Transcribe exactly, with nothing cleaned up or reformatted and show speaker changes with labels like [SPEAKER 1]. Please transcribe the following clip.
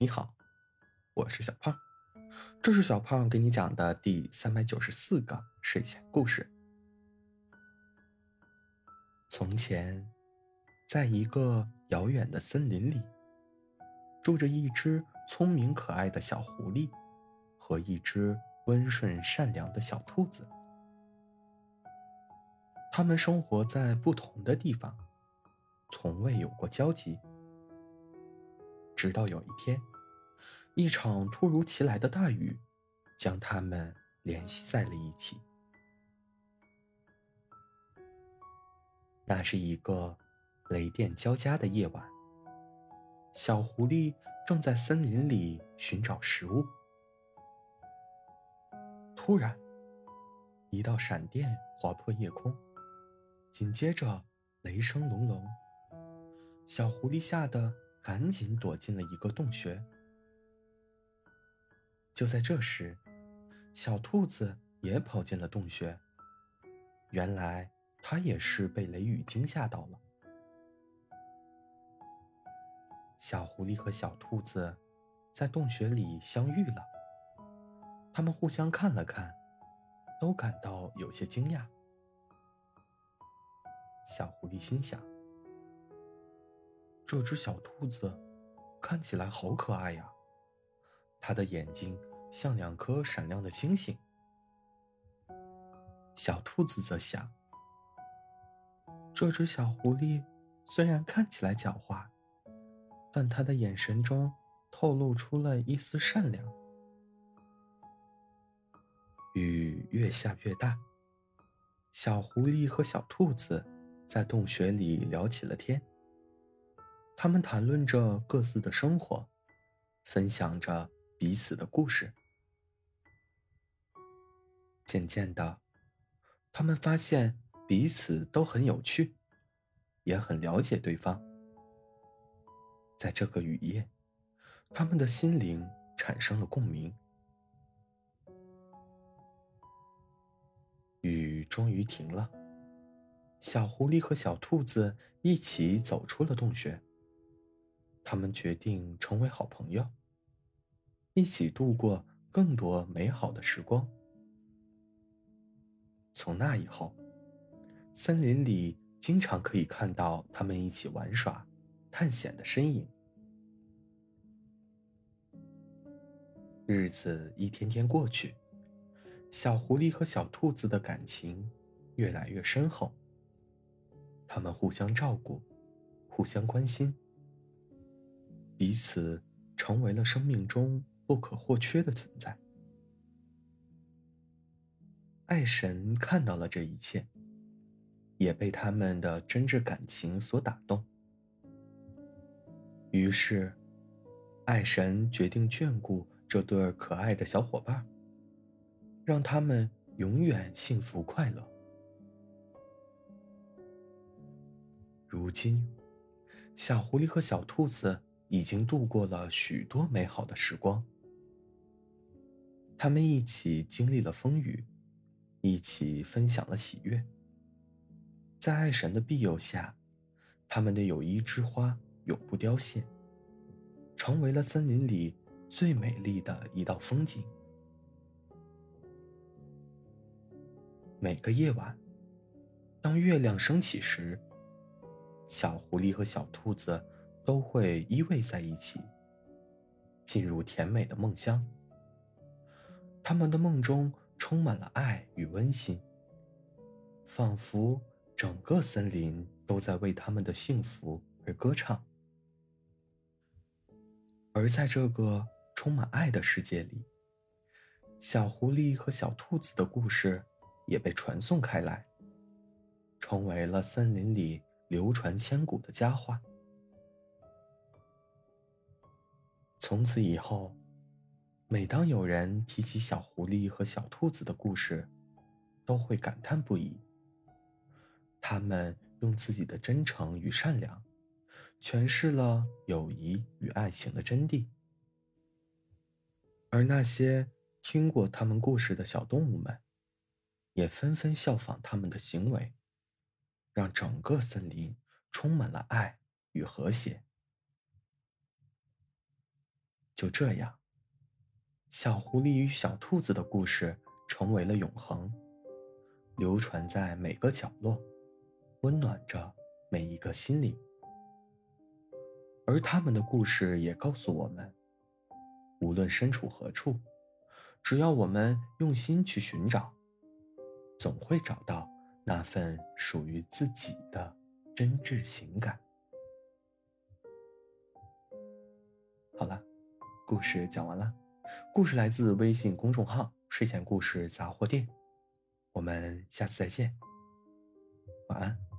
[SPEAKER 1] 你好，我是小胖，这是小胖给你讲的第三百九十四个睡前故事。从前，在一个遥远的森林里，住着一只聪明可爱的小狐狸和一只温顺善良的小兔子。它们生活在不同的地方，从未有过交集。直到有一天，一场突如其来的大雨将它们联系在了一起。那是一个雷电交加的夜晚，小狐狸正在森林里寻找食物。突然，一道闪电划破夜空，紧接着雷声隆隆，小狐狸吓得赶紧躲进了一个洞穴。就在这时，小兔子也跑进了洞穴，原来它也是被雷雨惊吓到了。小狐狸和小兔子在洞穴里相遇了，他们互相看了看，都感到有些惊讶。小狐狸心想，这只小兔子看起来好可爱呀，它的眼睛像两颗闪亮的星星。小兔子则想，这只小狐狸虽然看起来狡猾，但它的眼神中透露出了一丝善良。雨越下越大，小狐狸和小兔子在洞穴里聊起了天。他们谈论着各自的生活，分享着彼此的故事。渐渐的，他们发现彼此都很有趣，也很了解对方。在这个雨夜，他们的心灵产生了共鸣。雨终于停了，小狐狸和小兔子一起走出了洞穴。他们决定成为好朋友，一起度过更多美好的时光。从那以后，森林里经常可以看到他们一起玩耍、探险的身影。日子一天天过去，小狐狸和小兔子的感情越来越深厚。他们互相照顾，互相关心，彼此成为了生命中不可或缺的存在。爱神看到了这一切，也被他们的真挚感情所打动。于是，爱神决定眷顾这对可爱的小伙伴，让他们永远幸福快乐。如今，小狐狸和小兔子已经度过了许多美好的时光。他们一起经历了风雨，一起分享了喜悦。在爱神的庇佑下，他们的友谊之花永不凋谢，成为了森林里最美丽的一道风景。每个夜晚，当月亮升起时，小狐狸和小兔子都会依偎在一起，进入甜美的梦乡。他们的梦中充满了爱与温馨，仿佛整个森林都在为他们的幸福而歌唱。而在这个充满爱的世界里，小狐狸和小兔子的故事也被传颂开来，成为了森林里流传千古的佳话。从此以后，每当有人提起小狐狸和小兔子的故事，都会感叹不已。他们用自己的真诚与善良，诠释了友谊与爱情的真谛。而那些听过他们故事的小动物们，也纷纷效仿他们的行为，让整个森林充满了爱与和谐。 就这样，小狐狸与小兔子的故事成为了永恒，流传在每个角落，温暖着每一个心灵。而他们的故事也告诉我们，无论身处何处，只要我们用心去寻找，总会找到那份属于自己的真挚情感。好了，故事讲完了。故事来自微信公众号睡前故事杂货店，我们下次再见，晚安。